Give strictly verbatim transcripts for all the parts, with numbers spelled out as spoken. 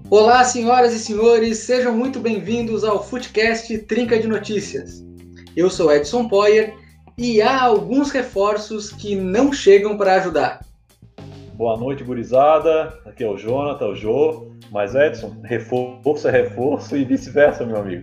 Olá, senhoras e senhores, sejam muito bem-vindos ao Futecast Trinca de Notícias. Eu sou Edson Poyer e há alguns reforços que não chegam para ajudar. Boa noite, gurizada. Aqui é o Jonathan, o Jô. Mas, Edson, reforço é reforço e vice-versa, meu amigo.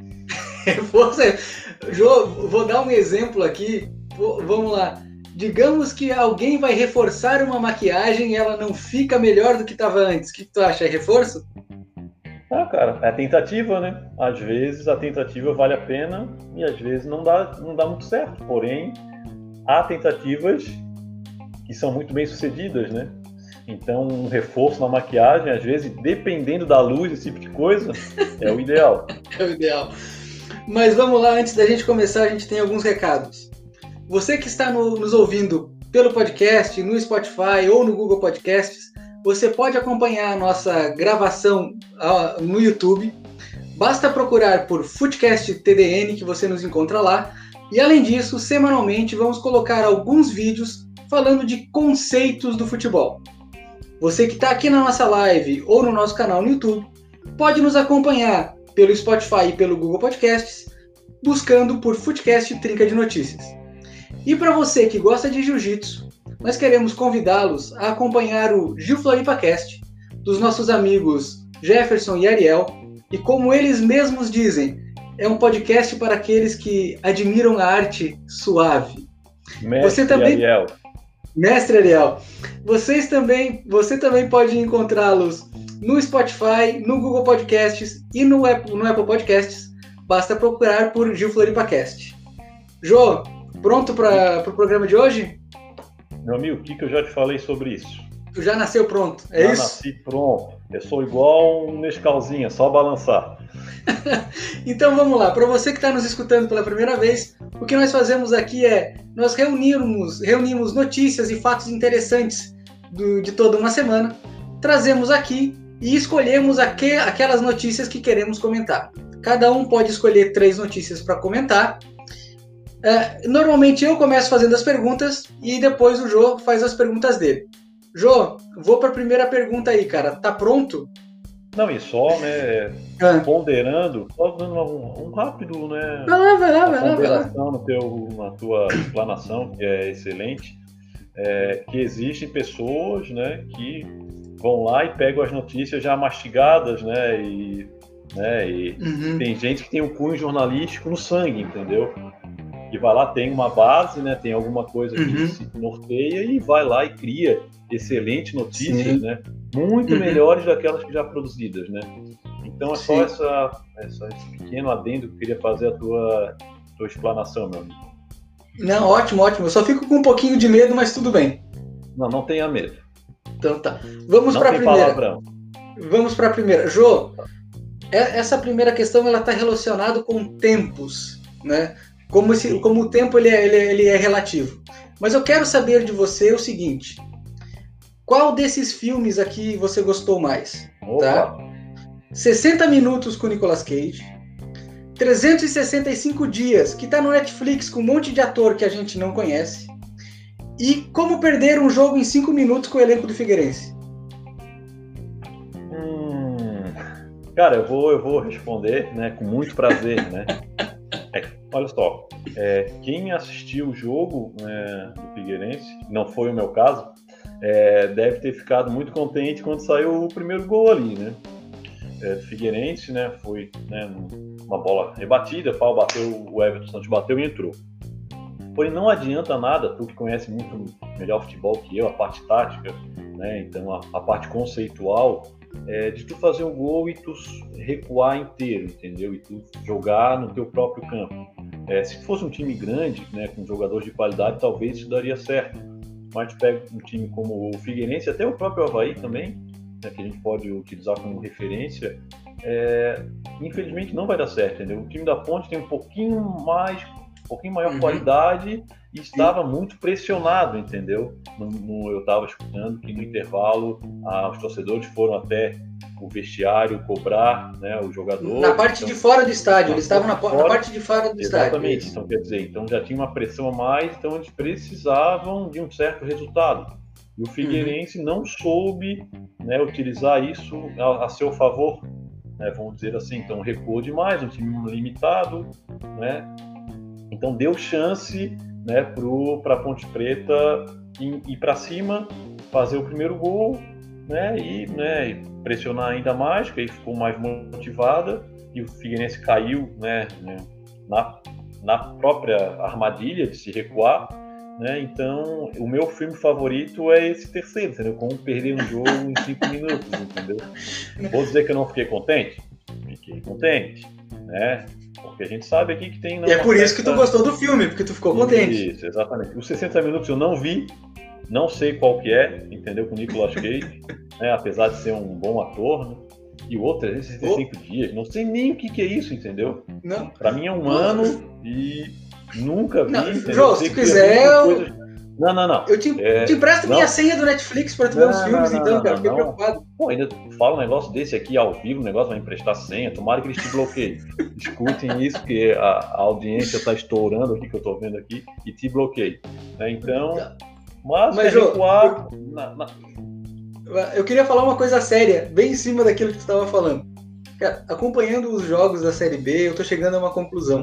Reforço é... Jô, vou dar um exemplo aqui. Vamos lá. Digamos que alguém vai reforçar uma maquiagem e ela não fica melhor do que estava antes. O que tu acha? É reforço? Ah, cara, é tentativa, né? Às vezes a tentativa vale a pena e às vezes não dá, não dá muito certo. Porém, há tentativas que são muito bem sucedidas, né? Então, um reforço na maquiagem, às vezes, dependendo da luz, esse tipo de coisa, é o ideal. É o ideal. Mas vamos lá, antes da gente começar, a gente tem alguns recados. Você que está no, nos ouvindo pelo podcast, no Spotify ou no Google Podcasts, você pode acompanhar a nossa gravação uh, no YouTube. Basta procurar por Futecast T D N que você nos encontra lá. E além disso, semanalmente vamos colocar alguns vídeos falando de conceitos do futebol. Você que está aqui na nossa live ou no nosso canal no YouTube, pode nos acompanhar pelo Spotify e pelo Google Podcasts, buscando por Futecast Trinca de Notícias. E para você que gosta de jiu-jitsu, nós queremos convidá-los a acompanhar o Gil FloripaCast, dos nossos amigos Jefferson e Ariel, e como eles mesmos dizem, é um podcast para aqueles que admiram a arte suave. Mestre você também... Ariel. Mestre Ariel. Vocês também, você também pode encontrá-los no Spotify, no Google Podcasts e no Apple, no Apple Podcasts. Basta procurar por Gil FloripaCast. Jô, pronto para o pro programa de hoje? Meu amigo, o que, que eu já te falei sobre isso? Tu já nasceu pronto, é já isso? Já nasci pronto. Eu sou igual um Nescauzinho, é só balançar. Então vamos lá, para você que está nos escutando pela primeira vez, o que nós fazemos aqui é, nós reunimos, reunimos notícias e fatos interessantes do, de toda uma semana, trazemos aqui e escolhemos aqu- aquelas notícias que queremos comentar. Cada um pode escolher três notícias para comentar. É, normalmente eu começo fazendo as perguntas e depois o Jô faz as perguntas dele. Jô, vou para a primeira pergunta aí, cara. Tá pronto? Não, e só, né, ah. ponderando, só dando um, um rápido, né, vai lá, vai lá, vai lá, ponderação no teu, na tua explanação, que é excelente, é, que existem pessoas, né, que vão lá e pegam as notícias já mastigadas, né, e, né, e uhum. tem gente que tem um cunho jornalístico no sangue, entendeu? Que vai lá, tem uma base, né, tem alguma coisa que uhum. se norteia e vai lá e cria excelentes notícias, Sim. né, muito uhum. melhores daquelas que já produzidas, né. Então é Sim. só essa, essa, esse pequeno adendo que eu queria fazer a tua, tua explanação, meu amigo. Não, ótimo, ótimo. Eu só fico com um pouquinho de medo, mas tudo bem. Não, não tenha medo. Então tá. Vamos para a primeira. Palavrão. Vamos para a primeira. Jô, essa primeira questão ela está relacionada com tempos, né? Como, esse, como o tempo ele é, ele, é, ele é relativo. Mas eu quero saber de você o seguinte: qual desses filmes aqui você gostou mais? Opa. Tá? sessenta minutos com Nicolas Cage, trezentos e sessenta e cinco dias, que está no Netflix com um monte de ator que a gente não conhece, e Como Perder um Jogo em cinco minutos com o elenco do Figueirense. Hum, cara, eu vou, eu vou responder, né, com muito prazer, né? É, olha só, é, quem assistiu o jogo, né, do Figueirense, não foi o meu caso, é, deve ter ficado muito contente quando saiu o primeiro gol ali, né? É, do Figueirense, né? Foi, né, uma bola rebatida, pau bateu, o Everton Santos bateu e entrou. Porém, não adianta nada, tu que conhece muito melhor futebol que eu, a parte tática, né? Então a, a parte conceitual, é, de tu fazer um gol e tu recuar inteiro, entendeu? E tu jogar no teu próprio campo. É, se fosse um time grande, né, com jogadores de qualidade, talvez isso daria certo. Mas tu pega um time como o Figueirense, até o próprio Avaí também, né, que a gente pode utilizar como referência, é, infelizmente não vai dar certo, entendeu? O time da Ponte tem um pouquinho mais, um pouquinho maior uhum. qualidade e estava Sim. muito pressionado, entendeu? No, no, eu estava escutando que no intervalo ah, os torcedores foram até o vestiário cobrar, né, o jogador. Na parte então, de fora do estádio, eles estavam na, na parte de fora do exatamente, estádio. Exatamente, então quer dizer, então já tinha uma pressão a mais, então eles precisavam de um certo resultado. E o Figueirense uhum. não soube, né, utilizar isso a, a seu favor, né, vamos dizer assim. Então recuou demais, um time limitado, né? Então deu chance, né, para a Ponte Preta ir, ir para cima, fazer o primeiro gol, né, e, né, e pressionar ainda mais, porque aí ficou mais motivada, e o Figueirense caiu, né, na, na própria armadilha de se recuar, né? Então o meu filme favorito é esse terceiro, entendeu? Como perder um jogo em cinco minutos, entendeu? Vou dizer que eu não fiquei contente? Fiquei contente, né? Porque a gente sabe aqui que tem... E é por isso que tu gostou do filme, porque tu ficou contente. Isso, exatamente. Os sessenta minutos eu não vi, não sei qual que é, entendeu? Com o Nicolas Cage, né? Apesar de ser um bom ator, né? E o outro, trezentos e sessenta e cinco oh. dias, não sei nem o que, que é isso, entendeu? Não. Pra mim é um não. ano e nunca vi. Não, Jô, se tu quiser, eu... Não, não, não. Eu te, é... te empresto não. minha senha do Netflix pra tu não, ver os filmes, não, não, então, não, cara. Fiquei preocupado. Pô, ainda fala um negócio desse aqui ao vivo, o negócio vai emprestar senha, tomara que eles te bloqueiem. Escutem isso, porque a, a audiência tá estourando aqui, que eu tô vendo aqui, e te bloqueiem. Né? Então, mas, mas Jô, recuar... Eu... Na, na... Eu queria falar uma coisa séria, bem em cima daquilo que tu estava falando. Cara, acompanhando os jogos da Série B, eu tô chegando a uma conclusão.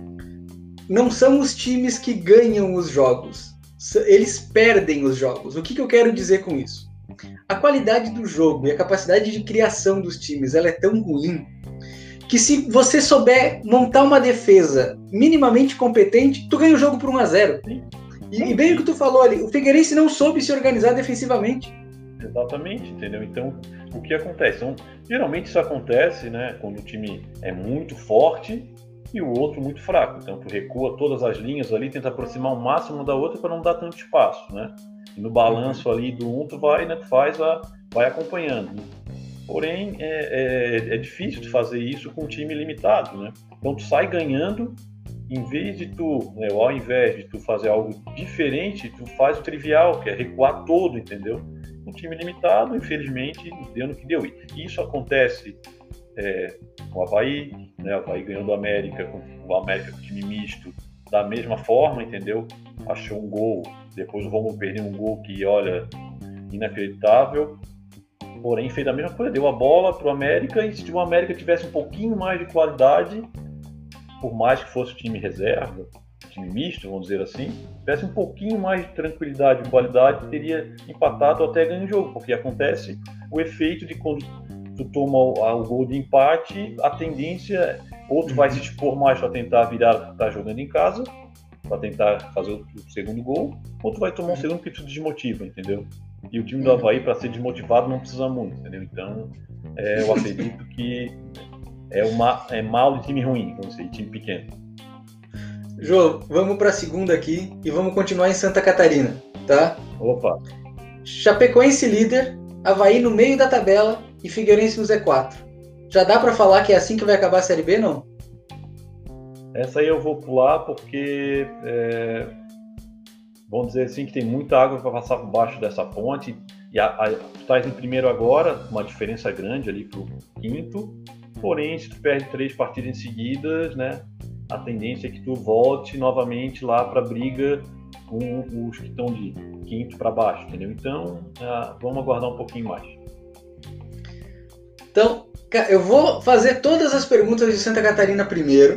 Não são os times que ganham os jogos. Eles perdem os jogos. O que, que eu quero dizer com isso? A qualidade do jogo e a capacidade de criação dos times, ela é tão ruim que se você souber montar uma defesa minimamente competente, tu ganha o jogo por um a zero. E, e bem o que tu falou ali, o Figueirense não soube se organizar defensivamente. Exatamente, entendeu? Então, o que acontece? Então, geralmente isso acontece, né, quando o time é muito forte e o outro muito fraco. Então, tu recua todas as linhas ali, tenta aproximar o máximo da outra para não dar tanto espaço, né? E no balanço ali do um, tu vai, né, tu faz a, vai acompanhando. Porém, é, é, é difícil de fazer isso com um time limitado, né? Então, tu sai ganhando, em vez de tu, né, ao invés de tu fazer algo diferente, tu faz o trivial, que é recuar todo, entendeu? Um time limitado, infelizmente, deu no que deu. E isso acontece é, com o Avaí, né? O Avaí ganhando o América, com o América com o time misto, da mesma forma, entendeu? Achou um gol, depois o Romulo perdeu um gol que, olha, inacreditável. Porém, fez a mesma coisa, deu a bola para o América, e se o América tivesse um pouquinho mais de qualidade, por mais que fosse o time reserva, time misto, vamos dizer assim, tivesse um pouquinho mais de tranquilidade e qualidade, teria empatado ou até ganho o jogo, porque acontece o efeito de quando tu toma o, o gol de empate, a tendência, ou tu vai se expor mais para tentar virar, tá jogando em casa, para tentar fazer o, o segundo gol, ou tu vai tomar um segundo que tu desmotiva, entendeu? E o time do Avaí, para ser desmotivado, não precisa muito, entendeu? Então, é, eu acredito que é, uma, é mal de time ruim, vamos dizer, time pequeno. Jô, vamos para a segunda aqui e vamos continuar em Santa Catarina, tá? Opa! Chapecoense líder, Avaí no meio da tabela e Figueirense no Z quatro. Já dá para falar que é assim que vai acabar a Série B, não? Essa aí eu vou pular porque, é, vamos dizer assim, que tem muita água para passar por baixo dessa ponte. E a, a, tu estás em primeiro agora, uma diferença grande ali para o quinto. Porém, se tu perde três partidas em seguida, né? A tendência é que tu volte novamente lá para a briga com os que estão de quinto para baixo, entendeu? Então, ah, vamos aguardar um pouquinho mais. Então, eu vou fazer todas as perguntas de Santa Catarina primeiro,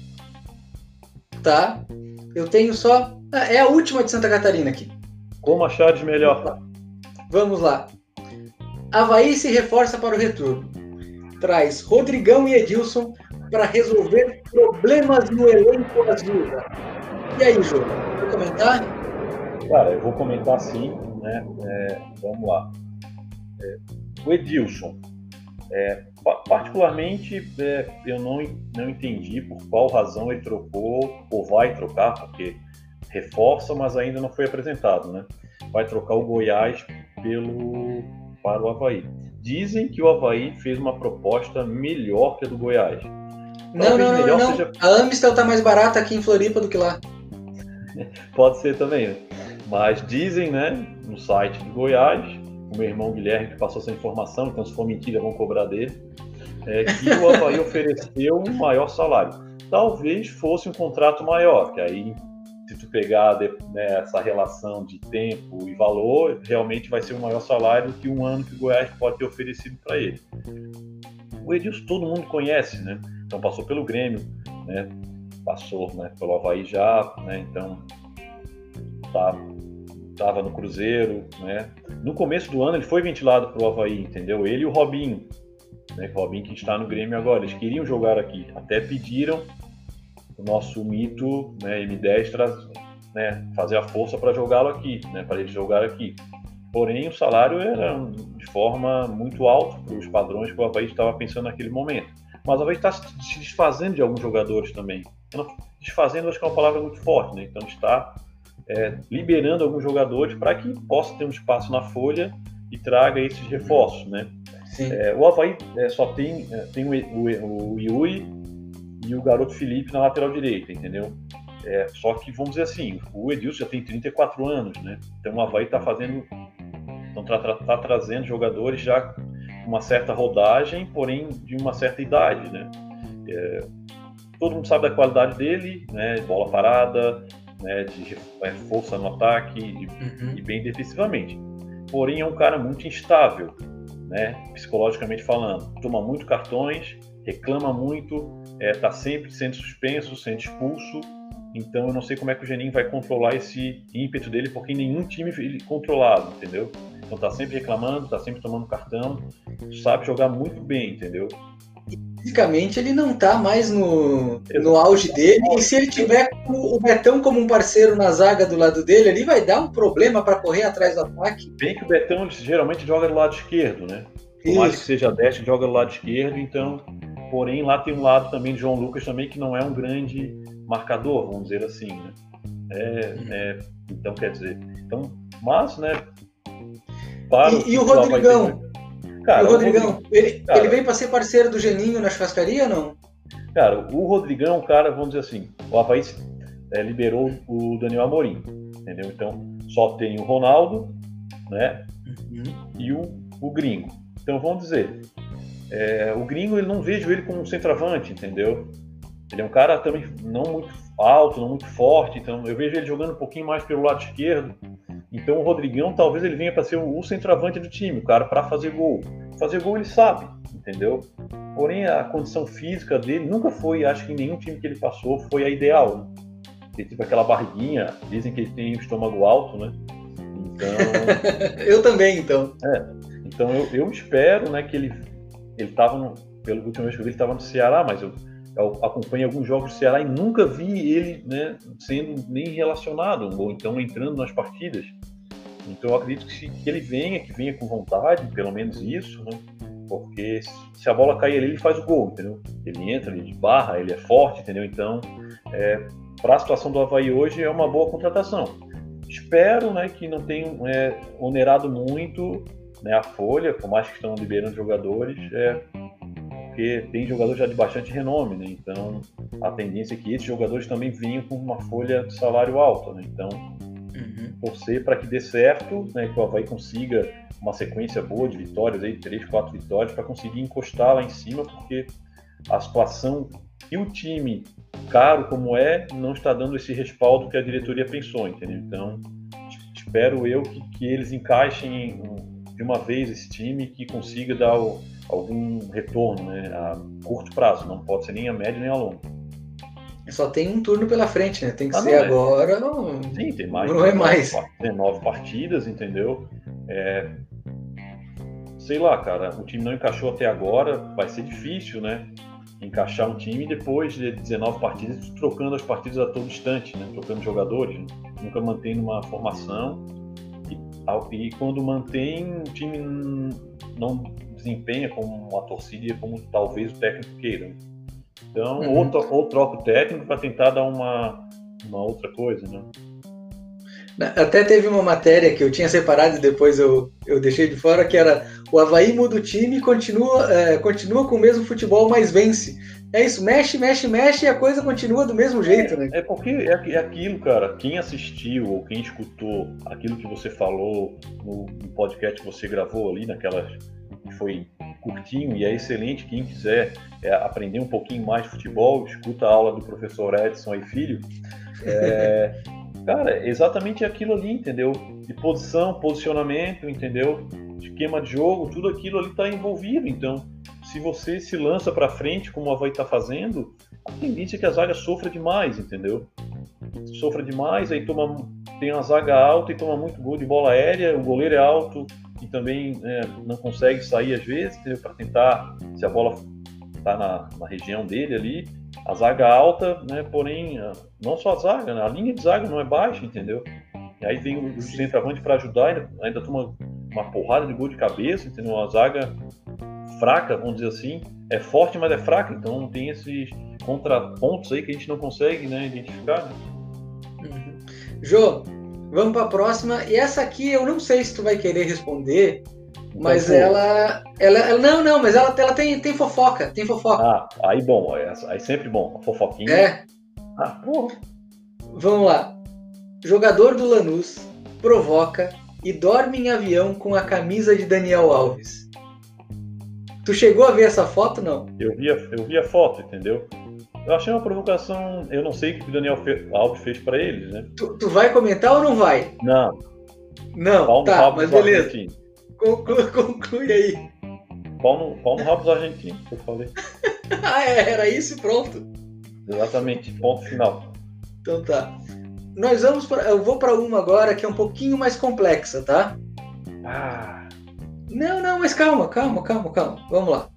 tá? Eu tenho só... É a última de Santa Catarina aqui. Como achar de melhor? Vamos lá. Avaí se reforça para o retorno. Traz Rodrigão e Edilson para resolver problemas no elenco azul. E aí, Jô, vou comentar? Cara, eu vou comentar sim, né? É, vamos lá. É, o Edilson, é, particularmente, é, eu não, não entendi por qual razão ele trocou, ou vai trocar, porque reforça, mas ainda não foi apresentado, né? Vai trocar o Goiás pelo, para o Avaí. Dizem que o Avaí fez uma proposta melhor que a do Goiás. Não, não, não, não. Seja... A Amistel tá mais barata aqui em Floripa do que lá. Pode ser também, né? Mas dizem, né, no site do Goiás, o meu irmão Guilherme que passou essa informação, então se for mentira vão cobrar dele, é que o Avaí ofereceu um maior salário. Talvez fosse um contrato maior, que aí se tu pegar, né, essa relação de tempo e valor, realmente vai ser o maior salário que um ano que o Goiás pode ter oferecido para ele. O Edilson todo mundo conhece, né? Então passou pelo Grêmio, né? Passou, né, pelo Avaí já, né? Então tá, tava no Cruzeiro, né? No começo do ano ele foi ventilado para o Avaí, entendeu? Ele e o Robinho, né? O Robinho que está no Grêmio agora, eles queriam jogar aqui, até pediram o nosso mito, né, M dez, traz, né, fazer a força para jogá-lo aqui, né, para ele jogar aqui. Porém, o salário era de forma muito alta para os padrões que o Avaí estava pensando naquele momento. Mas o Avaí está se desfazendo de alguns jogadores também. Desfazendo, acho que é uma palavra muito forte, né? Então está é, liberando alguns jogadores para que possa ter um espaço na folha e traga esses reforços, né? É, o Avaí é, só tem, é, tem o, o, o Yui e o garoto Felipe na lateral direita, entendeu? É, só que, vamos dizer assim, o Edilson já tem trinta e quatro anos, né? Então o Avaí está fazendo, então tá, tá, tá trazendo jogadores já com uma certa rodagem, porém de uma certa idade, né? É, todo mundo sabe da qualidade dele, né? Bola parada, né? De é, força no ataque e, uhum. e bem defensivamente. Porém é um cara muito instável, né? Psicologicamente falando. Toma muito cartões, reclama muito, está é, sempre sendo suspenso, sendo expulso. Então eu não sei como é que o Geninho vai controlar esse ímpeto dele, porque nenhum time ele controlado, entendeu? Então tá sempre reclamando, tá sempre tomando cartão, sabe jogar muito bem, entendeu? Fisicamente ele não tá mais no, no auge dele, e se ele tiver o Betão como um parceiro na zaga do lado dele, ali vai dar um problema para correr atrás do ataque. Bem que o Betão ele, geralmente joga do lado esquerdo, né? Por Isso. mais que seja destro, joga do lado esquerdo, então... Porém, lá tem um lado também de João Lucas também que não é um grande marcador, vamos dizer assim, né? É, é, então, quer dizer... Então, mas, né... Para e, o, e o Rodrigão? Cara, e o Rodrigão, o Rodrigão ele, cara, ele vem para ser parceiro do Geninho na churrascaria ou não? Cara, o Rodrigão, cara, vamos dizer assim, o Avaí é, liberou o Daniel Amorim, entendeu? Então, só tem o Ronaldo, né? Uhum. E o, o Gringo. Então, vamos dizer... É, o Gringo, ele não vejo ele como um centroavante, entendeu? Ele é um cara também não muito alto, não muito forte, então eu vejo ele jogando um pouquinho mais pelo lado esquerdo. Então o Rodrigão talvez ele venha para ser o, o centroavante do time, o cara para fazer gol. Fazer gol ele sabe, entendeu? Porém a condição física dele nunca foi, acho que em nenhum time que ele passou foi a ideal, né? Ele tipo aquela barriguinha, dizem que ele tem o estômago alto, né? Então... eu também, então. É, então eu, eu espero, né, que ele Ele estava, pelo último vez que eu vi, ele estava no Ceará, mas eu, eu acompanhei alguns jogos do Ceará e nunca vi ele, né, sendo nem relacionado, ou então entrando nas partidas. Então eu acredito que, que ele venha, que venha com vontade, pelo menos isso, né, porque se a bola cair ali, ele faz o gol, entendeu? Ele entra, ele barra, ele é forte, entendeu? Então, é, para a situação do Avaí hoje, é uma boa contratação. Espero, né, que não tenham é, onerado muito, né, a folha, por mais que estão liberando jogadores, é, porque tem jogadores já de bastante renome, né? Então a tendência é que esses jogadores também venham com uma folha de salário alta, né? Então uhum. torcer para que dê certo, né, que o Avaí consiga uma sequência boa de vitórias, aí, três, quatro vitórias, para conseguir encostar lá em cima, porque a situação e o time, caro como é, não está dando esse respaldo que a diretoria pensou, entendeu? Então espero eu que, que eles encaixem de uma vez esse time, que consiga dar o, algum retorno, né, a curto prazo, não pode ser nem a médio nem a longo. Só tem um turno pela frente, né? Tem que ah, ser é. agora. Não... Sim, tem mais. Não é mais. dezenove partidas, entendeu? É... Sei lá, cara, o time não encaixou até agora, vai ser difícil, né? Encaixar um time depois de dezenove partidas, trocando as partidas a todo instante, né? Trocando jogadores, né? Nunca mantendo uma formação. E quando mantém, o time não desempenha como a torcida e como talvez o técnico queira. Então, uhum. ou, to- ou troca o técnico para tentar dar uma, uma outra coisa, né? Até teve uma matéria que eu tinha separado e depois eu, eu deixei de fora, que era: o Avaí muda o time e continua, é, continua com o mesmo futebol, mas vence. É isso, mexe, mexe, mexe e a coisa continua do mesmo jeito, é, né? É porque é, é aquilo, cara, quem assistiu ou quem escutou aquilo que você falou no, no podcast que você gravou ali, naquelas que foi curtinho e é excelente, quem quiser é, aprender um pouquinho mais de futebol, escuta a aula do professor Edson aí Filho. É, Cara, é exatamente aquilo ali, entendeu? De posição, posicionamento, entendeu? Esquema de jogo, tudo aquilo ali está envolvido. Então, se você se lança para frente, como o Avaí está fazendo, a tendência é que a zaga sofra demais, entendeu? Sofra demais, aí toma, tem uma zaga alta e toma muito gol de bola aérea, o goleiro é alto e também é, não consegue sair às vezes, para tentar, se a bola está na, na região dele ali, a zaga alta, né, porém, não só a zaga, né, a linha de zaga não é baixa, entendeu? E aí vem o centroavante para ajudar, ainda, ainda toma uma porrada de gol de cabeça, entendeu? A zaga fraca, vamos dizer assim, é forte, mas é fraca, então tem esses contrapontos aí que a gente não consegue, né, identificar. Né? Uhum. Jô, vamos para a próxima, e essa aqui eu não sei se tu vai querer responder, mas então, ela, ela, ela. Não, não, mas ela, ela tem, tem fofoca. Tem fofoca. Ah, aí bom, aí sempre bom. A fofoquinha. É. Ah, porra. Vamos lá. Jogador do Lanús provoca e dorme em avião com a camisa de Daniel Alves. Tu chegou a ver essa foto, não? Eu vi a, eu vi a foto, entendeu? Eu achei uma provocação. Eu não sei o que o Daniel Alves fez pra eles, né? Tu, tu vai comentar ou não vai? Não. Não, Pau no tá, rabo mas dos beleza. argentinos. Conclui, conclui aí. Pau no, pau no rabo dos argentinos, que eu falei. Ah, é, era isso e pronto. Exatamente, ponto final. Então tá. Nós vamos pra, eu vou para uma agora que é um pouquinho mais complexa, tá? Ah. Não, não, mas calma, calma, calma, calma. Vamos lá.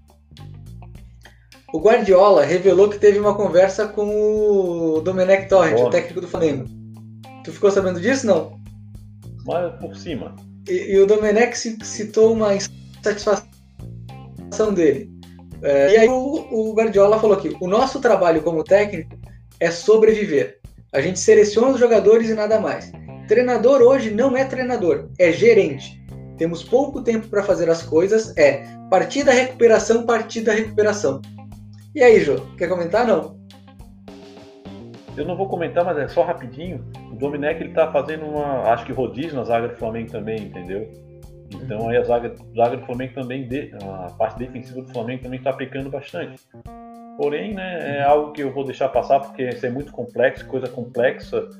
O Guardiola revelou que teve uma conversa com o Domenech Torrent, o técnico do Flamengo. Tu ficou sabendo disso, não? Mas por cima. E, e o Domenech citou uma insatisfação dele. É, e aí o, o Guardiola falou que o nosso trabalho como técnico é sobreviver. A gente seleciona os jogadores e nada mais. Treinador hoje não é treinador, é gerente. Temos pouco tempo para fazer as coisas, é partida, recuperação, partida, recuperação. E aí, Jô, quer comentar, não? Eu não vou comentar, mas é só rapidinho. O Domenech, ele tá fazendo uma, acho que rodízio na zaga do Flamengo também, entendeu? Então aí a zaga, a zaga do Flamengo também, a parte defensiva do Flamengo também está pecando bastante. Porém, né, é algo que eu vou deixar passar porque isso é muito complexo, coisa complexa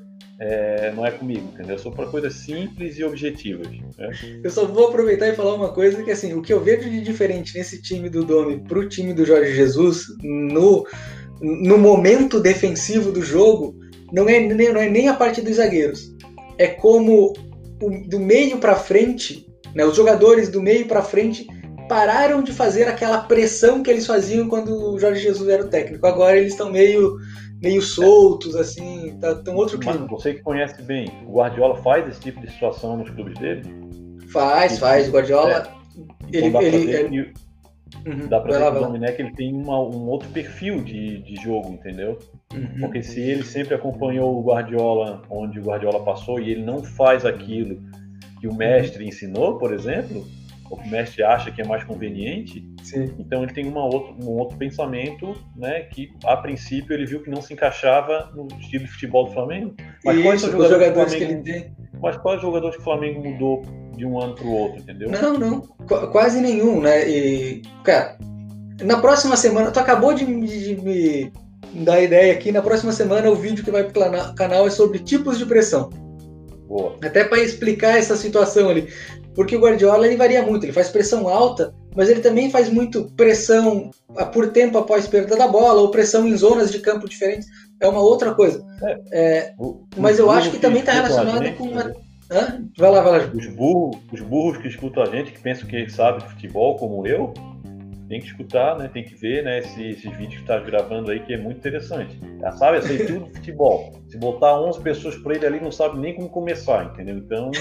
é, não é comigo, entendeu? Eu sou para coisas simples e objetivas. Né? Eu só vou aproveitar e falar uma coisa que assim, o que eu vejo de diferente nesse time do Domi pro time do Jorge Jesus no, no momento defensivo do jogo não é, nem, não é nem a parte dos zagueiros, é como o, do meio para frente, né, os jogadores do meio para frente pararam de fazer aquela pressão que eles faziam quando o Jorge Jesus era o técnico. Agora eles estão meio, meio soltos, assim, tá tão outro clima. Mas você que conhece bem, o Guardiola faz esse tipo de situação nos clubes dele? Faz, e, faz. O Guardiola... É, ele, então dá ele, pra ele... Que, uhum, dá pra ver lá, que o Domenech ele tem uma, um outro perfil de, de jogo, entendeu? Uhum. Porque se ele sempre acompanhou o Guardiola, onde o Guardiola passou, e ele não faz aquilo que o mestre uhum. ensinou, por exemplo, ou que o mestre acha que é mais conveniente, sim. Então ele tem uma outra, um outro pensamento, né, que a princípio ele viu que não se encaixava no estilo de futebol do Flamengo. Mas Isso, quais são os jogadores, jogadores que, Flamengo, que ele tem? Mas quais jogadores que o Flamengo mudou de um ano para o outro, entendeu? Não, não, Qu- quase nenhum, né? E, cara, na próxima semana, tu acabou de, de, de me dar ideia aqui, na próxima semana o vídeo que vai pro cana- canal é sobre tipos de pressão. Boa. Até para explicar essa situação ali. Porque o Guardiola ele varia muito, ele faz pressão alta, mas ele também faz muito pressão por tempo após perda da bola, ou pressão em zonas de campo diferentes, é uma outra coisa. É. É, o, mas eu acho que, que também está relacionado gente, com uma... Hã? Vai lá, vai lá. Os burros, os burros que escutam a gente, que pensam que sabe de futebol como eu, tem que escutar, né? Tem que ver, né? Esse, esses vídeos que tá gravando aí, que é muito interessante. Já sabe, eu sei tudo de futebol. Se botar onze pessoas para ele ali, não sabe nem como começar, entendeu? Então...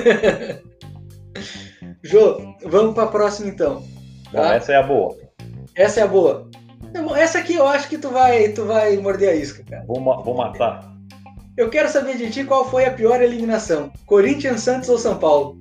Jô, vamos para a próxima então. Bom, Tá? essa é a boa. Essa é a boa. Essa aqui eu acho que tu vai, tu vai morder a isca, cara. Vou, vou matar. Eu quero saber de ti qual foi a pior eliminação. Corinthians, Santos ou São Paulo?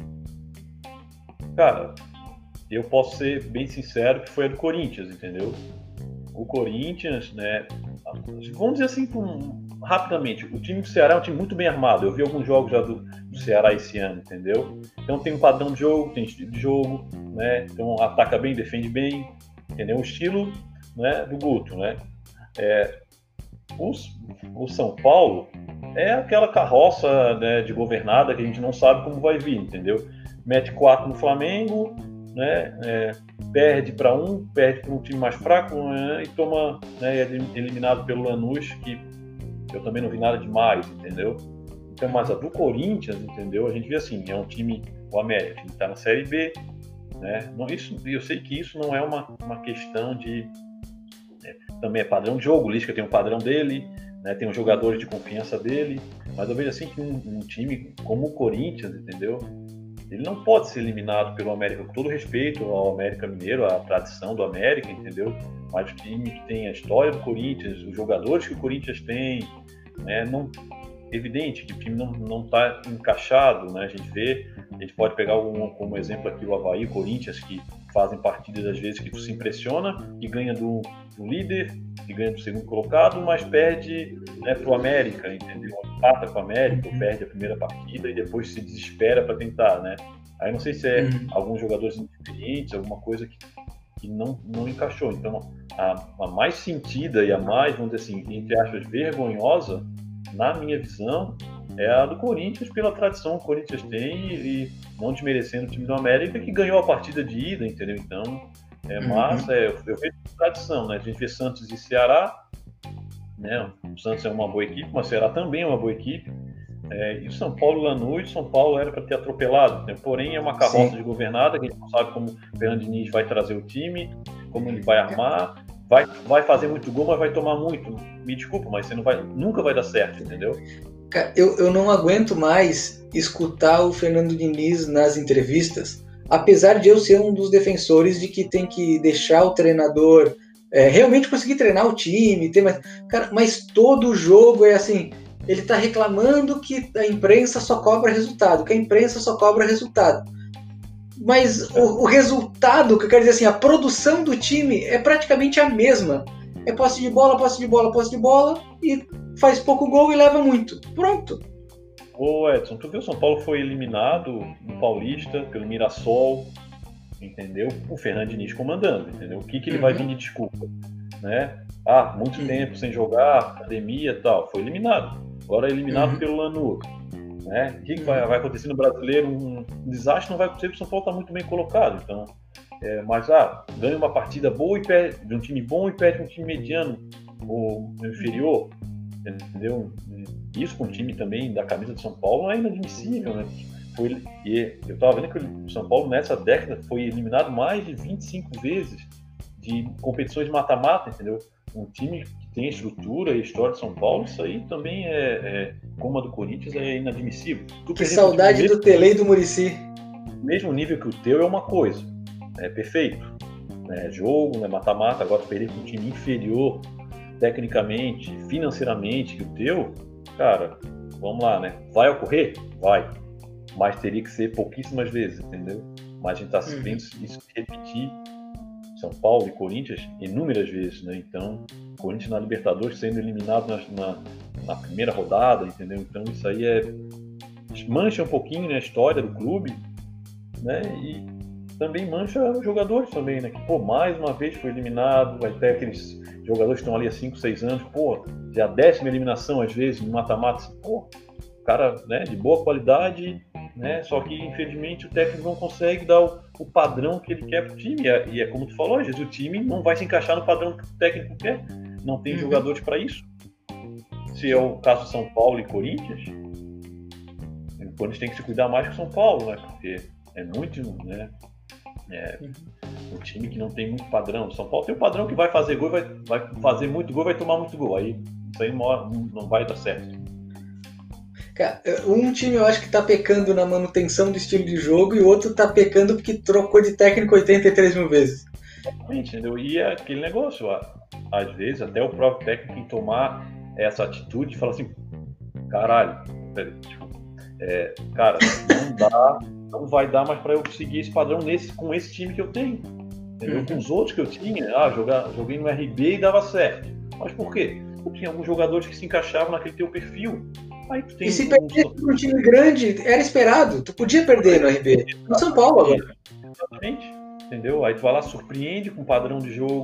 Cara, eu posso ser bem sincero que foi a do Corinthians, entendeu? O Corinthians, né? Vamos dizer assim, com, rapidamente, o time do Ceará é um time muito bem armado. Eu vi alguns jogos já do, do Ceará esse ano, entendeu? Então tem um padrão de jogo, tem estilo de jogo, né? Então ataca bem, defende bem, entendeu? O estilo, né, do Guto, né? É, o, o São Paulo é aquela carroça, né, de governada que a gente não sabe como vai vir, entendeu? Mete quatro no Flamengo, né, é, perde para um, perde para um time mais fraco, né, e toma, né, eliminado pelo Lanús, que eu também não vi nada demais, entendeu? Então, mas a do Corinthians, entendeu? A gente vê assim, é um time, o América, que está na Série B, né? Não, isso, eu sei que isso não é uma, uma questão de... Né, também é padrão de jogo, o Lisca tem um padrão dele, né, tem os jogadores de confiança dele, mas eu vejo assim que um, um time como o Corinthians, entendeu? Ele não pode ser eliminado pelo América, com todo respeito ao América Mineiro, à tradição do América, entendeu? Mas o time que tem a história do Corinthians, os jogadores que o Corinthians tem, né, não... evidente que o time não está encaixado, né? A gente vê, a gente pode pegar um, como exemplo aqui o Avaí, o Corinthians, que fazem partidas às vezes que tu se impressiona, que ganha do, do líder, que ganha do segundo colocado, mas perde, né, para o América, entendeu? Empata com o América, ou perde a primeira partida e depois se desespera para tentar, né? Aí não sei se é uhum. alguns jogadores inexperientes, alguma coisa que, que não, não encaixou. Então a, a mais sentida e a mais, vamos dizer assim, entre aspas, vergonhosa, na minha visão, é a do Corinthians, pela tradição que o Corinthians tem e, e não desmerecendo o time do América, que ganhou a partida de ida, entendeu? Então, é massa, uhum. é, eu vejo tradição, né? A gente vê Santos e Ceará, né? O Santos é uma boa equipe, mas o Ceará também é uma boa equipe. É, e o São Paulo Lanús, São Paulo era para ter atropelado, né? Porém é uma carroça Sim. de governada, que a gente não sabe como o Fernando Diniz vai trazer o time, como ele vai armar. Vai, vai fazer muito gol, mas vai tomar muito. Me desculpa, mas você não vai, nunca vai dar certo, entendeu? Eu, eu não aguento mais escutar o Fernando Diniz nas entrevistas, apesar de eu ser um dos defensores de que tem que deixar o treinador é, realmente conseguir treinar o time. Ter mais... Cara, mas todo jogo é assim, ele tá reclamando que a imprensa só cobra resultado, que a imprensa só cobra resultado. Mas o, o resultado, que eu quero dizer assim, a produção do time é praticamente a mesma. É posse de bola, posse de bola, posse de bola, e faz pouco gol e leva muito. Pronto. Ô Edson, tu viu, São Paulo foi eliminado no Paulista pelo Mirassol, entendeu? O Fernando Diniz comandando, entendeu? O que, que ele uhum. vai vir de desculpa, né? Ah, muito uhum. tempo sem jogar, academia e tal. Foi eliminado. Agora é eliminado uhum. pelo Lanús. Né? O que, que vai, vai acontecer no brasileiro? Um, um desastre não vai acontecer, porque o São Paulo está muito bem colocado. Então, é, mas ah, ganha uma partida boa e perde de um time bom e perde um time mediano ou inferior, entendeu? Isso com o time também da camisa de São Paulo é inadmissível, né? Foi, e eu estava vendo que o São Paulo nessa década foi eliminado mais de vinte e cinco vezes de competições de mata-mata, entendeu? Um time que tem estrutura e história de São Paulo, isso aí também é, é como a do Corinthians, é inadmissível. Tu, que saudade mesmo, do Tele e do Muricy. Mesmo nível que o teu é uma coisa, é perfeito. É jogo, é mata-mata, agora perder com um time inferior, tecnicamente, financeiramente que o teu, cara, vamos lá, né? Vai ocorrer? Vai. Mas teria que ser pouquíssimas vezes, entendeu? Mas a gente está uhum. vendo isso se repetir. São Paulo e Corinthians inúmeras vezes, né? Então, Corinthians na Libertadores sendo eliminado na, na, na primeira rodada, entendeu? Então isso aí é mancha um pouquinho, né, a história do clube, né? E também mancha os jogadores também, né? Que, pô, mais uma vez foi eliminado, vai ter aqueles jogadores que estão ali há cinco, seis anos, pô, já a décima eliminação às vezes no mata-mata, assim, pô, cara, né, de boa qualidade, né? Só que infelizmente o técnico não consegue dar o, o padrão que ele quer pro time, e é, e é como tu falou, às vezes o time não vai se encaixar no padrão que o técnico quer, não tem uhum. jogadores para isso. Se é o caso de São Paulo e Corinthians, o Corinthians tem que se cuidar mais que o São Paulo, né? Porque é muito, né? É um time que não tem muito padrão. O São Paulo tem um padrão que vai fazer gol, vai, vai fazer muito gol, vai tomar muito gol. Aí isso aí não, não vai dar certo. Cara, um time eu acho que tá pecando na manutenção do estilo de jogo e o outro tá pecando porque trocou de técnico oitenta e três mil vezes. Exatamente, entendeu? E é aquele negócio, às vezes até o próprio técnico tem que tomar essa atitude e falar assim, caralho, tipo, é, cara, não dá, não vai dar mais para eu conseguir esse padrão nesse, com esse time que eu tenho, entendeu? Uhum. Com os outros que eu tinha, ah, jogar, joguei no R B e dava certo. Mas por quê? Porque tinha alguns jogadores que se encaixavam naquele teu perfil. Aí tu tem e se um... perder para um time grande, era esperado. Tu podia perder no R B. No São Paulo agora. Exatamente. Entendeu? Aí tu vai lá, surpreende com um padrão de jogo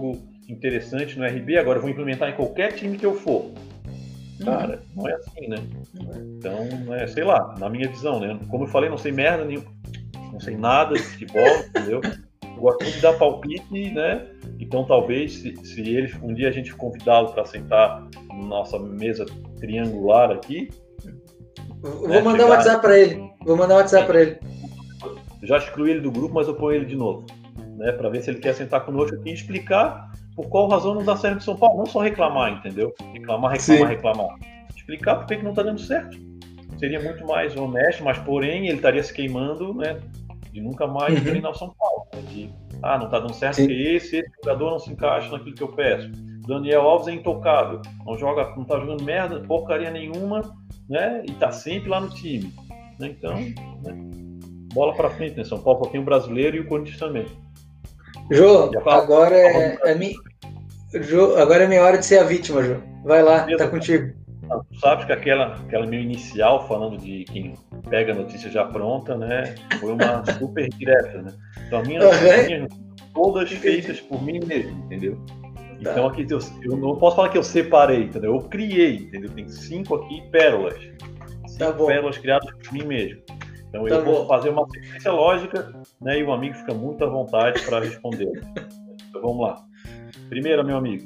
interessante no R B, agora eu vou implementar em qualquer time que eu for. Cara, não é assim, né? Então, é, sei lá, na minha visão, né? Como eu falei, não sei merda nenhuma, não sei nada de futebol, entendeu? Eu gosto muito de dar palpite, né? Então, talvez, se, se ele, um dia a gente convidá-lo para sentar na nossa mesa triangular aqui... Vou né, mandar chegar... um WhatsApp para ele. Vou mandar um WhatsApp para ele. Já excluí ele do grupo, mas eu ponho ele de novo, né? Para ver se ele quer sentar conosco aqui e explicar por qual razão não dá certo em São Paulo. Não só reclamar, entendeu? Reclamar, reclamar, Sim. reclamar. Explicar por que não está dando certo. Seria muito mais honesto, mas porém ele estaria se queimando, né? De nunca mais uhum. treinar o São Paulo. Né? De, ah, não está dando certo Sim. porque esse, esse jogador não se encaixa naquilo que eu peço. Daniel Alves é intocável. Não joga, não está jogando merda, porcaria nenhuma, né? E está sempre lá no time. Né? Então, né? Bola para frente, né? São Paulo só tem o brasileiro e o Corinthians também. Jô, agora é, é mi... Jô, agora é minha hora de ser a vítima, Jô. Vai lá, Beleza, tá contigo. Não, tu sabe que aquela, aquela meu inicial falando de quem pega a notícia já pronta, né? Foi uma super direta, né? Então, minhas notícias todas feitas por mim mesmo, entendeu? Tá. Então aqui eu, eu não posso falar que eu separei, entendeu? Eu criei, entendeu? Tem cinco aqui pérolas. Cinco tá bom. pérolas criadas por mim mesmo. Então tá eu bom. vou fazer uma sequência lógica, né? E o amigo fica muito à vontade para responder. Então vamos lá. Primeiro, meu amigo.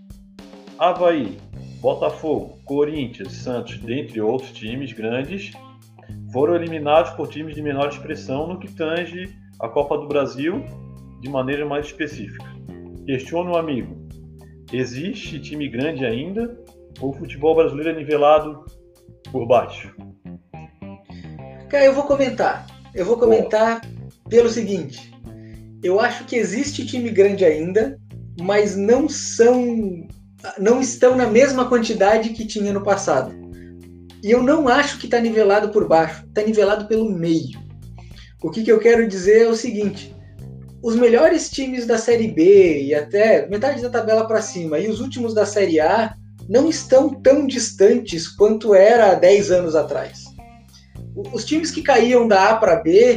Avaí, Botafogo, Corinthians, Santos, dentre outros times grandes, foram eliminados por times de menor expressão no que tange a Copa do Brasil de maneira mais específica. Questiono o amigo. Existe time grande ainda ou o futebol brasileiro é nivelado por baixo? Cara, eu vou comentar. Eu vou comentar oh. pelo seguinte. Eu acho que existe time grande ainda, mas não são, não estão na mesma quantidade que tinha no passado. E eu não acho que está nivelado por baixo. Está nivelado pelo meio. O que, que eu quero dizer é o seguinte. Os melhores times da Série B e até metade da tabela para cima e os últimos da Série A não estão tão distantes quanto era há dez anos atrás. Os times que caíam da A para B,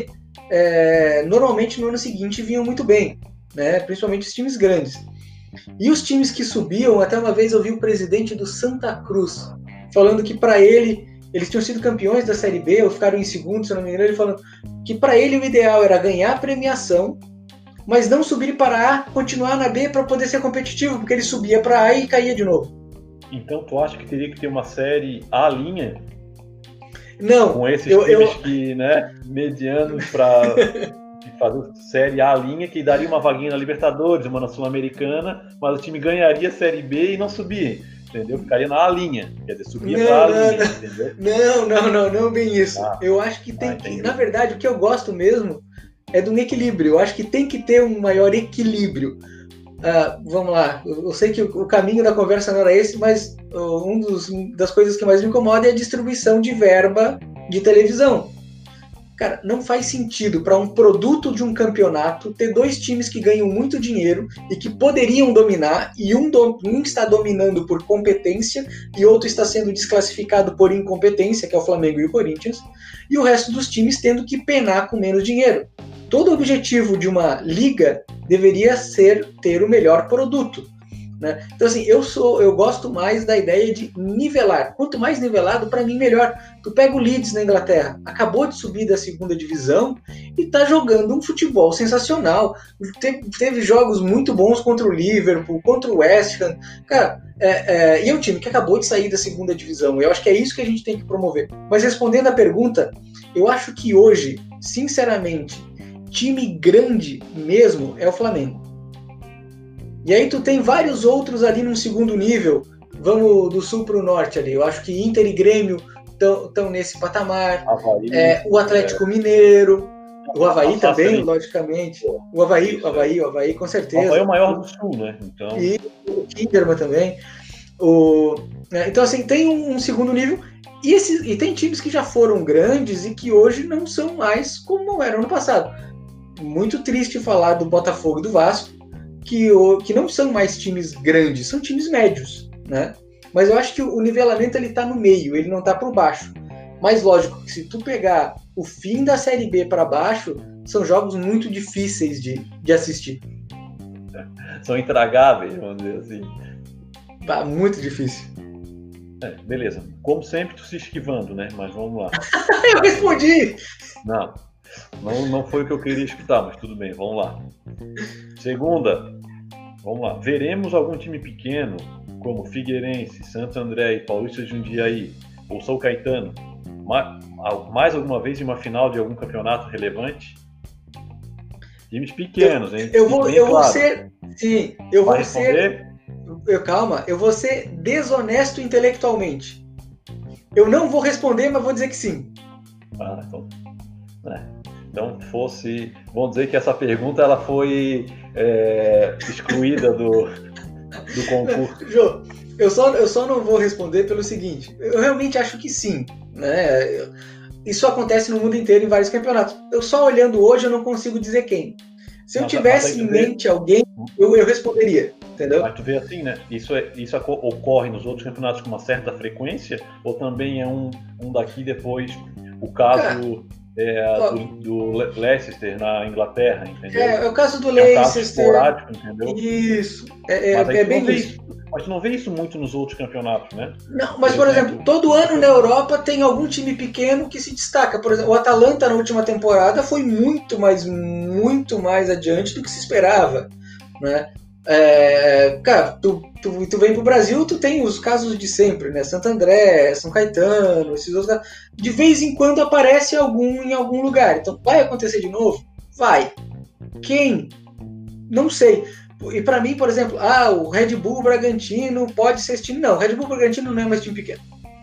é, normalmente no ano seguinte vinham muito bem, né? Principalmente os times grandes. E os times que subiam, até uma vez eu vi o presidente do Santa Cruz falando que para ele, eles tinham sido campeões da Série B, ou ficaram em segundo, se eu não me engano, ele falando que para ele o ideal era ganhar a premiação, mas não subir para A, continuar na B para poder ser competitivo, porque ele subia para A e caía de novo. Então tu acha que teria que ter uma série A linha? Não. Com esses eu, times eu... que, né, medianos para fazer série A linha, que daria uma vaguinha na Libertadores, uma na Sul-Americana, mas o time ganharia a série B e não subia, entendeu? Ficaria na A linha, quer dizer, subia para A linha, não, entendeu? Não, não, não, não bem isso. Ah, eu acho que tem ah, que, na verdade, o que eu gosto mesmo é de um equilíbrio. Eu acho que tem que ter um maior equilíbrio. Uh, vamos lá, eu sei que o caminho da conversa não era esse, mas uh, um dos, das coisas que mais me incomoda é a distribuição de verba de televisão. Cara, não faz sentido para um produto de um campeonato ter dois times que ganham muito dinheiro e que poderiam dominar, e um, do, um está dominando por competência e outro está sendo desclassificado por incompetência, que é o Flamengo e o Corinthians, e o resto dos times tendo que penar com menos dinheiro. Todo o objetivo de uma liga deveria ser ter o melhor produto, né? Então assim, eu sou, eu gosto mais da ideia de nivelar. Quanto mais nivelado, para mim melhor. Tu pega o Leeds na Inglaterra, acabou de subir da segunda divisão e tá jogando um futebol sensacional. Teve, teve jogos muito bons contra o Liverpool, contra o West Ham. Cara, é, é, e é um time que acabou de sair da segunda divisão. Eu acho que é isso que a gente tem que promover. Mas respondendo à pergunta, eu acho que hoje, sinceramente, time grande mesmo é o Flamengo. E aí tu tem vários outros ali num segundo nível. Vamos do sul para o norte ali. Eu acho que Inter e Grêmio estão nesse patamar. Avaí, é, o Atlético é... Mineiro. O Avaí também, ali. logicamente. O Avaí, o Avaí, o Avaí, com certeza. O Avaí é o maior do sul, né? Então... E o Kinderman também. O... Então, assim, tem um, um segundo nível. E, esse, e tem times que já foram grandes e que hoje não são mais como eram no passado. Muito triste falar do Botafogo e do Vasco, que, o, que não são mais times grandes, são times médios, né? Mas eu acho que o nivelamento ele tá no meio, ele não tá por baixo. Mas lógico que se tu pegar o fim da Série B para baixo, são jogos muito difíceis de, de assistir. São intragáveis, vamos dizer assim. Tá muito difícil. É, beleza. Como sempre, tu se esquivando, né? Mas vamos lá. Eu respondi! Não, não, não foi o que eu queria escutar, mas tudo bem, vamos lá. Segunda, vamos lá. Veremos algum time pequeno, como Figueirense, Santo André e Paulista de Jundiaí, ou São Caetano, mais alguma vez em uma final de algum campeonato relevante? Times pequenos, eu, hein? Eu vou, eu claro. vou ser. Sim, eu Vai vou responder? ser. Eu, calma, eu vou ser desonesto intelectualmente. Eu não vou responder, mas vou dizer que sim. Ah, então. É. Então, fosse. Vamos dizer que essa pergunta ela foi é, excluída do, do concurso. Jô, eu só, eu só não vou responder pelo seguinte: eu realmente acho que sim. Né? Isso acontece no mundo inteiro em vários campeonatos. Eu só olhando hoje eu não consigo dizer quem. Se eu Mas, tivesse em mente alguém, eu, eu responderia. Entendeu? Mas tu vê assim, né? Isso, é, isso ocorre nos outros campeonatos com uma certa frequência? Ou também é um, um daqui depois o caso é, do, do Leicester na Inglaterra, entendeu? É, é o caso do é Leicester. Um caso esporádico, entendeu? Isso. É, mas é bem isso. isso. Mas tu não vê isso muito nos outros campeonatos, né? Não, mas, por exemplo, todo ano na Europa tem algum time pequeno que se destaca. Por exemplo, o Atalanta na última temporada foi muito mais, muito mais adiante do que se esperava, né? É, cara, tu, tu, tu vem pro Brasil, tu tem os casos de sempre, né? Santo André, São Caetano, esses outros. De vez em quando aparece algum em algum lugar. Então, vai acontecer de novo? Vai. Quem? Não sei. E pra mim, por exemplo, ah, o Red Bull Bragantino pode ser esse time. Não, o Red Bull Bragantino não é mais time pequeno.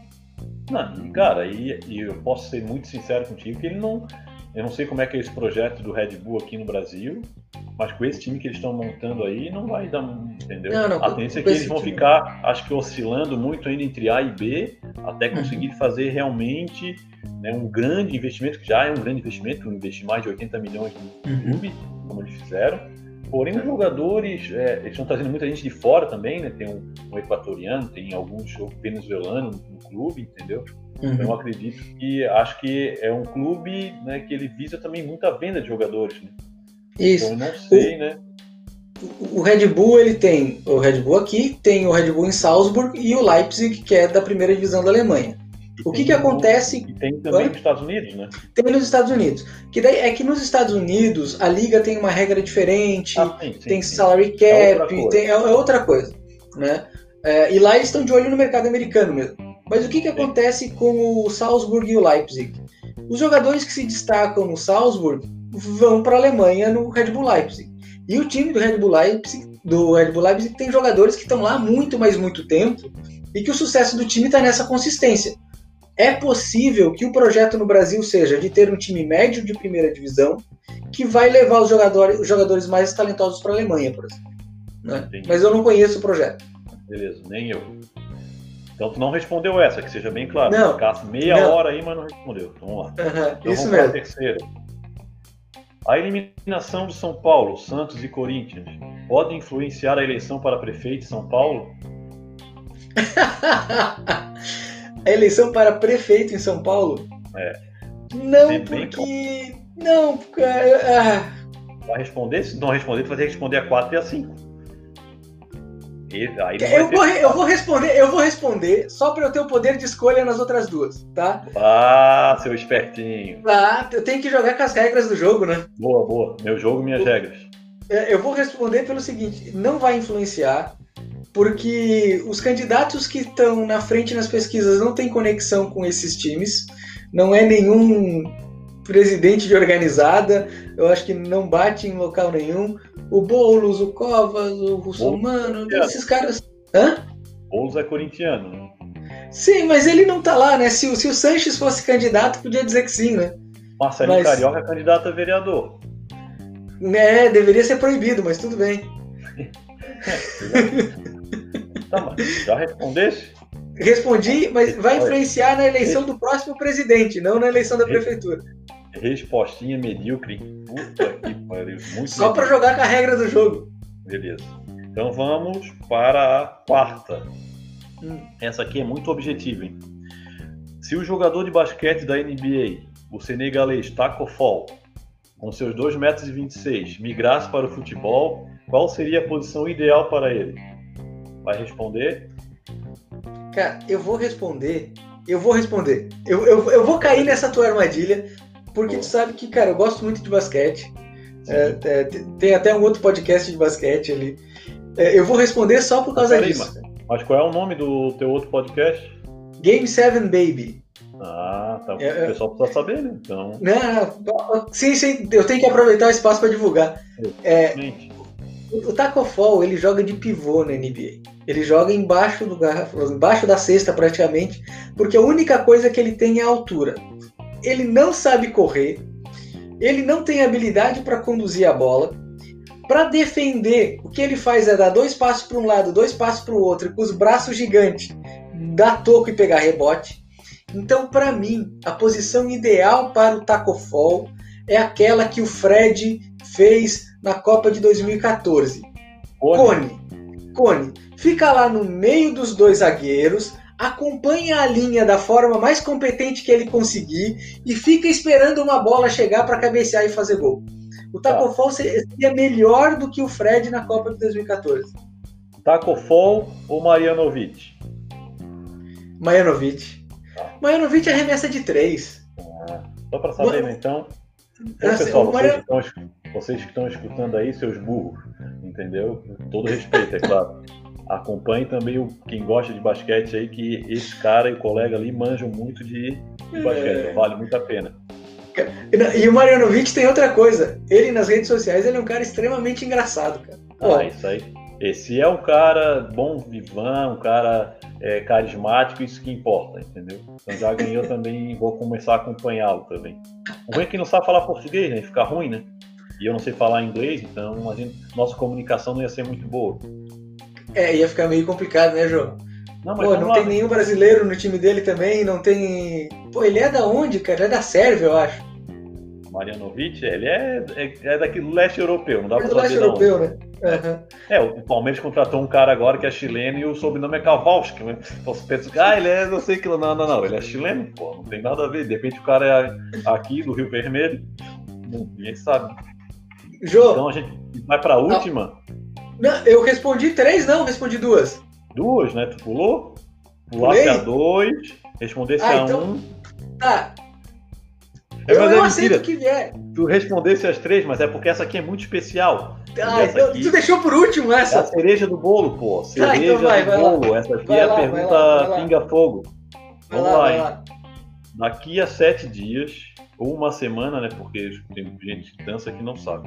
Não, cara, e, e eu posso ser muito sincero contigo que ele não. Eu não sei como é que é esse projeto do Red Bull aqui no Brasil, mas com esse time que eles estão montando aí, não vai dar, entendeu? Não, não, a tendência é que eles vão time. ficar, acho que oscilando muito ainda entre A e B, até conseguir uhum. fazer realmente, né, um grande investimento, que já é um grande investimento, investir mais de oitenta milhões no uhum. clube, como eles fizeram. Porém, os jogadores, é, eles estão trazendo muita gente de fora também, né? Tem um, um equatoriano, tem alguns venezuelanos no, no clube, entendeu? Uhum. Então, eu acredito que, acho que é um clube, né, que ele visa também muita venda de jogadores, né? Isso. Então, eu não sei, o, né? O Red Bull, ele tem o Red Bull aqui, tem o Red Bull em Salzburg e o Leipzig, que é da primeira divisão da Alemanha. E o que que acontece... E tem também nos Estados Unidos, né? Tem nos Estados Unidos. Que daí é que nos Estados Unidos a liga tem uma regra diferente, ah, sim, sim, tem sim. salary cap, é outra, tem, é, é outra coisa, né? É, e lá eles estão de olho no mercado americano mesmo. Mas o que que acontece com o Salzburg e o Leipzig? Os jogadores que se destacam no Salzburg vão para a Alemanha no Red Bull Leipzig. E o time do Red Bull Leipzig, do Red Bull Leipzig tem jogadores que estão lá há muito, mas muito tempo e que o sucesso do time está nessa consistência. É possível que o projeto no Brasil seja de ter um time médio de primeira divisão que vai levar os jogadores, os jogadores mais talentosos para a Alemanha, por exemplo. Né? Mas eu não conheço o projeto. Beleza, nem eu. Então tu não respondeu essa, que seja bem claro. Não. Ficasse meia não. hora aí, mas não respondeu. Então vamos lá. Uhum, então, isso vamos mesmo. para a terceira. A eliminação de São Paulo, Santos e Corinthians pode influenciar a eleição para prefeito de São Paulo? A eleição para prefeito em São Paulo? É. Não, Tem porque... Não, porque... Ah. Vai responder? Se não responder, tu vai ter que responder a quatro e a cinco. E, aí eu, vou, eu vou responder, eu vou responder só para eu ter o poder de escolha nas outras duas, tá? Ah, seu espertinho. Ah, eu tenho que jogar com as regras do jogo, né? Boa, boa. Meu jogo, minhas eu, regras. Eu vou responder pelo seguinte, não vai influenciar, porque os candidatos que estão na frente nas pesquisas não têm conexão com esses times, não é nenhum presidente de organizada, eu acho que não bate em local nenhum. O Boulos, o Covas, o Russomano, esses caras... Hã? Boulos é corintiano, né? Sim, mas ele não tá lá, né? Se o, se o Sanches fosse candidato, podia dizer que sim, né? Marcelinho mas... Carioca é candidato a vereador. É, deveria ser proibido, mas tudo bem. Tá, mas já respondesse? Respondi, mas vai influenciar na eleição do próximo presidente, não na eleição da prefeitura. Respostinha medíocre. Puta que pariu. Muito Só para jogar com a regra do jogo. Beleza. Então vamos para a quarta. Hum. Essa aqui é muito objetiva, hein? Se o jogador de basquete da N B A, o senegalês Taco Fall, com seus dois metros e vinte e seis, migrasse para o futebol, qual seria a posição ideal para ele? Vai responder? Cara, eu vou responder. Eu vou responder. Eu, eu, eu vou cair nessa tua armadilha, porque tu sabe que, cara, eu gosto muito de basquete. É, é, tem até um outro podcast de basquete ali. É, eu vou responder só por causa Peraí, disso. Mas, mas qual é o nome do teu outro podcast? Game sete Baby. Ah, tá. É, o pessoal precisa saber, né? Então... Não, sim, sim. Eu tenho que aproveitar o espaço para divulgar. É, o Taco Fall, ele joga de pivô na N B A. Ele joga embaixo do garrafão, embaixo da cesta praticamente, porque a única coisa que ele tem é a altura. Ele não sabe correr, ele não tem habilidade para conduzir a bola. Para defender, o que ele faz é dar dois passos para um lado, dois passos para o outro, e com os braços gigantes, dar toco e pegar rebote. Então, para mim, a posição ideal para o Taco Fall é aquela que o Fred fez na Copa de dois mil e quatorze. Cone. Cone. Fica lá no meio dos dois zagueiros, acompanha a linha da forma mais competente que ele conseguir e fica esperando uma bola chegar para cabecear e fazer gol. O Taco Fall seria melhor do que o Fred na Copa de dois mil e quatorze. Taco Fall ou Marjanovic? Marjanovic. Tá. Marjanovic arremessa de três. Ah, só para saber, Mar... né, então... Então, assim, pessoal, vocês, Mar... que estão, vocês que estão escutando aí, seus burros, entendeu? Todo respeito, é claro. Acompanhe também o, quem gosta de basquete aí, que esse cara e o colega ali manjam muito de, de basquete, é... vale muito a pena. E o Marjanovic tem outra coisa, ele nas redes sociais ele é um cara extremamente engraçado, cara. Pô. Ah, isso aí. Esse é um cara bom vivão, um cara é, carismático, isso que importa, entendeu? Então já ganhou também, vou começar a acompanhá-lo também. O ruim é que não sabe falar português, né? Fica ruim, né? E eu não sei falar inglês, então a gente, nossa comunicação não ia ser muito boa. É, ia ficar meio complicado, né, João? Não, mas Pô, não lá, tem né? nenhum brasileiro no time dele também, não tem... Pô, ele é da onde, cara? Ele é da Sérvia, eu acho. Marjanovic, ele é, é, é daqui do leste europeu, não dá pra saber. É do leste europeu, né? Uhum. É, o Palmeiras contratou um cara agora que é chileno e o sobrenome é Kowalski, né? Então você pensa, ah, ele é, não sei que, não, não, não, ele é chileno, pô, não tem nada a ver. De repente o cara é aqui do Rio Vermelho, ninguém sabe. Jô, então a gente vai pra última. Não, eu respondi três, não, respondi duas. Duas, né? Tu pulou? Pulasse a dois, respondesse ah, a então... um. Tá. É, eu mas eu é aceito o que vier. Tu respondesse as três, mas é porque essa aqui é muito especial. Ah, então, aqui... Tu deixou por último essa? É a cereja do bolo, pô. Cereja tá, então vai, do vai bolo. Lá. Essa aqui vai é lá, a pergunta vai lá, vai pinga-fogo. Vamos lá, lá, vai hein? lá. Daqui a sete dias, ou uma semana, né? Porque tem gente que dança que não sabe.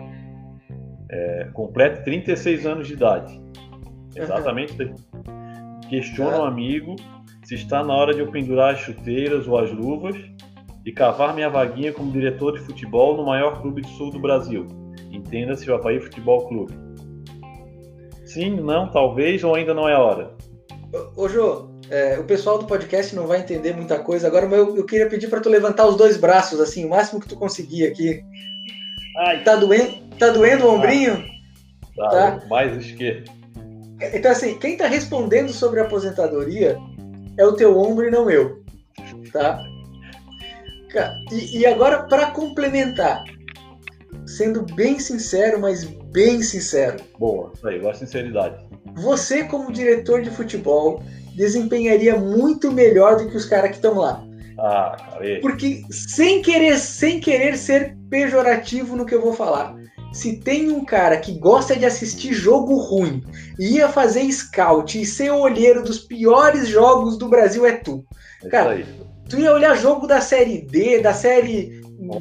É, complete trinta e seis anos de idade. Exatamente. Uhum. Questiona um amigo se está na hora de eu pendurar as chuteiras ou as luvas e cavar minha vaguinha como diretor de futebol no maior clube do sul do Brasil. Entenda-se o Avaí Futebol Clube. Sim, não, talvez, ou ainda não é a hora? Ô, ô Jô, é, o pessoal do podcast não vai entender muita coisa agora, mas eu, eu queria pedir para tu levantar os dois braços, assim, o máximo que tu conseguir aqui. Ai. Tá doendo, tá doendo o ombrinho? Ah, tá, tá. Mais esquerdo. Então, assim, quem tá respondendo sobre a aposentadoria é o teu ombro e não eu, tá? E, e agora, para complementar, sendo bem sincero, mas bem sincero. Boa, isso aí, gosto de sinceridade. Você, como diretor de futebol, desempenharia muito melhor do que os caras que estão lá. Ah, cara. Porque, sem querer, sem querer ser pejorativo no que eu vou falar, se tem um cara que gosta de assistir jogo ruim, ia fazer scout e ser olheiro dos piores jogos do Brasil, é tu. É cara, isso aí. Tu ia olhar jogo da Série D, da Série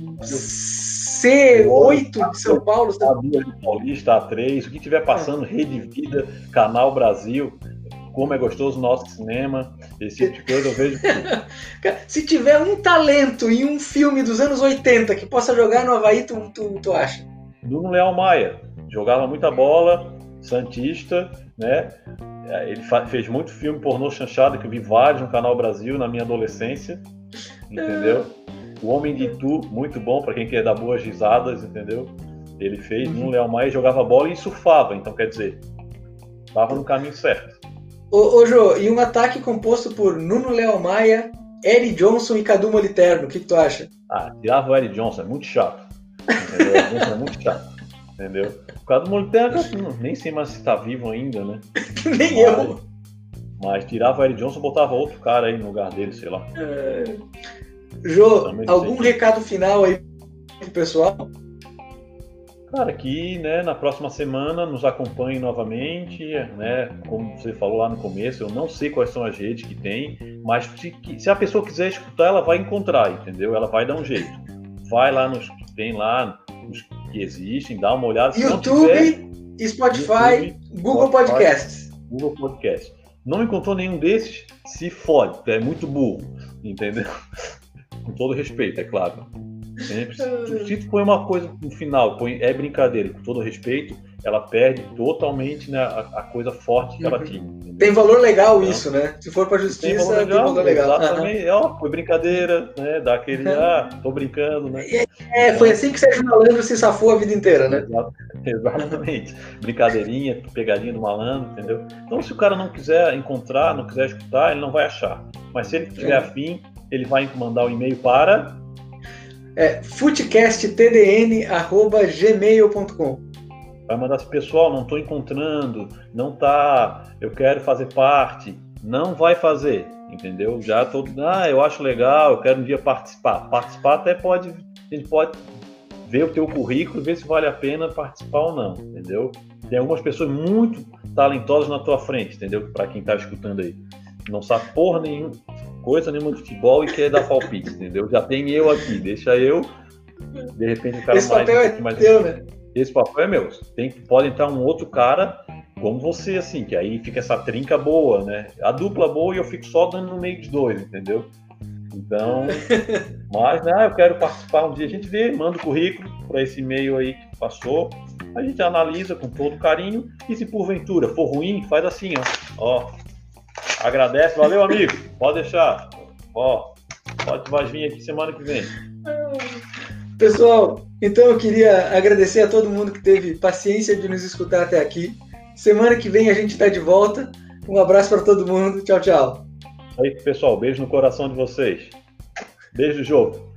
C oito de São Paulo. A Bia de Paulista, A três, o que tiver passando, Rede Vida, Canal Brasil, como é gostoso o nosso cinema, esse tipo de coisa eu vejo. Se tiver um talento em um filme dos anos oitenta que possa jogar no Avaí, tu, tu, tu acha? Bruno Leal Maia, jogava muita bola, santista, né? Ele fez muito filme pornô chanchado, que eu vi vários no Canal Brasil na minha adolescência, entendeu? O Homem de Itu, muito bom para quem quer dar boas risadas, entendeu? Ele fez, Bruno Leal Maia jogava bola e surfava, então quer dizer, estava no caminho certo. Ô, ô Jô, e um ataque composto por Nuno Leal Maia, Eric Johnson e Cadu Moliterno, o que, que tu acha? Ah, tirava o Eric Johnson, é muito chato, entendeu? É muito chato, entendeu? O cara do Moliterno, nem sei mais se tá vivo ainda, né? Nem mas, eu. Mas tirava o Eric Johnson, botava outro cara aí no lugar dele, sei lá. É... Jô, Também algum sei. recado final aí pro pessoal? Cara, que né, na próxima semana nos acompanhe novamente, né? Como você falou lá no começo, eu não sei quais são as redes que tem, mas se, se a pessoa quiser escutar, ela vai encontrar, entendeu? Ela vai dar um jeito. Vai lá nos que tem lá, nos que existem, dá uma olhada. Se YouTube, tiver, Spotify, YouTube, Google Spotify, Podcasts. Google Podcast. Não encontrou nenhum desses? Se fode, é muito burro, entendeu? Com todo respeito, é claro. Sempre. Se tu põe uma coisa no final, põe, é brincadeira, com todo respeito, ela perde totalmente, né, a, a coisa forte que uhum. ela tinha. Entendeu? Tem valor legal então, isso, né? Se for pra justiça, tem valor legal. Tem valor legal. Exatamente. Uhum. Ó, foi brincadeira, né? Dá aquele, uhum. ah, tô brincando, né? É, é então, foi assim que Sérgio Malandro se safou a vida inteira, né? Exatamente. Brincadeirinha, pegadinha do malandro, entendeu? Então, se o cara não quiser encontrar, não quiser escutar, ele não vai achar. Mas se ele tiver é. afim, ele vai mandar um e-mail para... É footcasttdn arroba gmail ponto com. Vai mandar assim, pessoal, não estou encontrando, não tá, eu quero fazer parte. Não vai fazer, entendeu? Já tô, ah, eu acho legal, eu quero um dia participar. Participar até pode, a gente pode ver o teu currículo e ver se vale a pena participar ou não, entendeu? Tem algumas pessoas muito talentosas na tua frente, entendeu? Para quem está escutando aí. Não sabe porra nenhuma, coisa nenhuma de futebol e quer dar palpite, entendeu? Já tem eu aqui, deixa eu, de repente o cara Esse mais... papel é mais teu, né? Esse papel é meu. Tem, pode entrar um outro cara como você, assim, que aí fica essa trinca boa, né? A dupla boa e eu fico só dando no meio dos dois, entendeu? Então, mas, né, eu quero participar um dia, a gente vê, manda o currículo para esse e-mail aí que passou, a gente analisa com todo carinho e se porventura for ruim, faz assim, ó, ó, agradece, valeu amigo, pode deixar, ó, pode, vai vir aqui semana que vem. Pessoal, então eu queria agradecer a todo mundo que teve paciência de nos escutar até aqui. Semana que vem a gente está de volta. Um abraço para todo mundo. Tchau, tchau. Aí, pessoal, beijo no coração de vocês. Beijo, jogo.